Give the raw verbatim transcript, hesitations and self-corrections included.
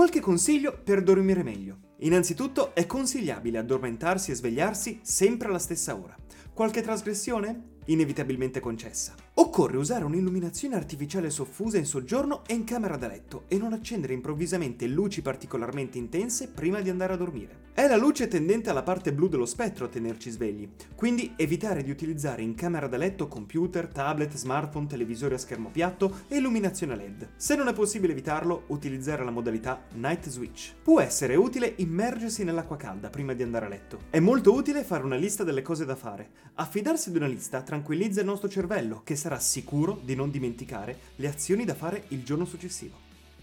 Qualche consiglio per dormire meglio. Innanzitutto è consigliabile addormentarsi e svegliarsi sempre alla stessa ora. Qualche trasgressione? Inevitabilmente concessa. Occorre usare un'illuminazione artificiale soffusa in soggiorno e in camera da letto e non accendere improvvisamente luci particolarmente intense prima di andare a dormire. È la luce tendente alla parte blu dello spettro a tenerci svegli, quindi evitare di utilizzare in camera da letto computer, tablet, smartphone, televisori a schermo piatto e illuminazione L E D. Se non è possibile evitarlo, utilizzare la modalità Night Switch. Può essere utile immergersi nell'acqua calda prima di andare a letto. È molto utile fare una lista delle cose da fare. Affidarsi ad una lista tranquillizza il nostro cervello, che sarà sicuro di non dimenticare le azioni da fare il giorno successivo.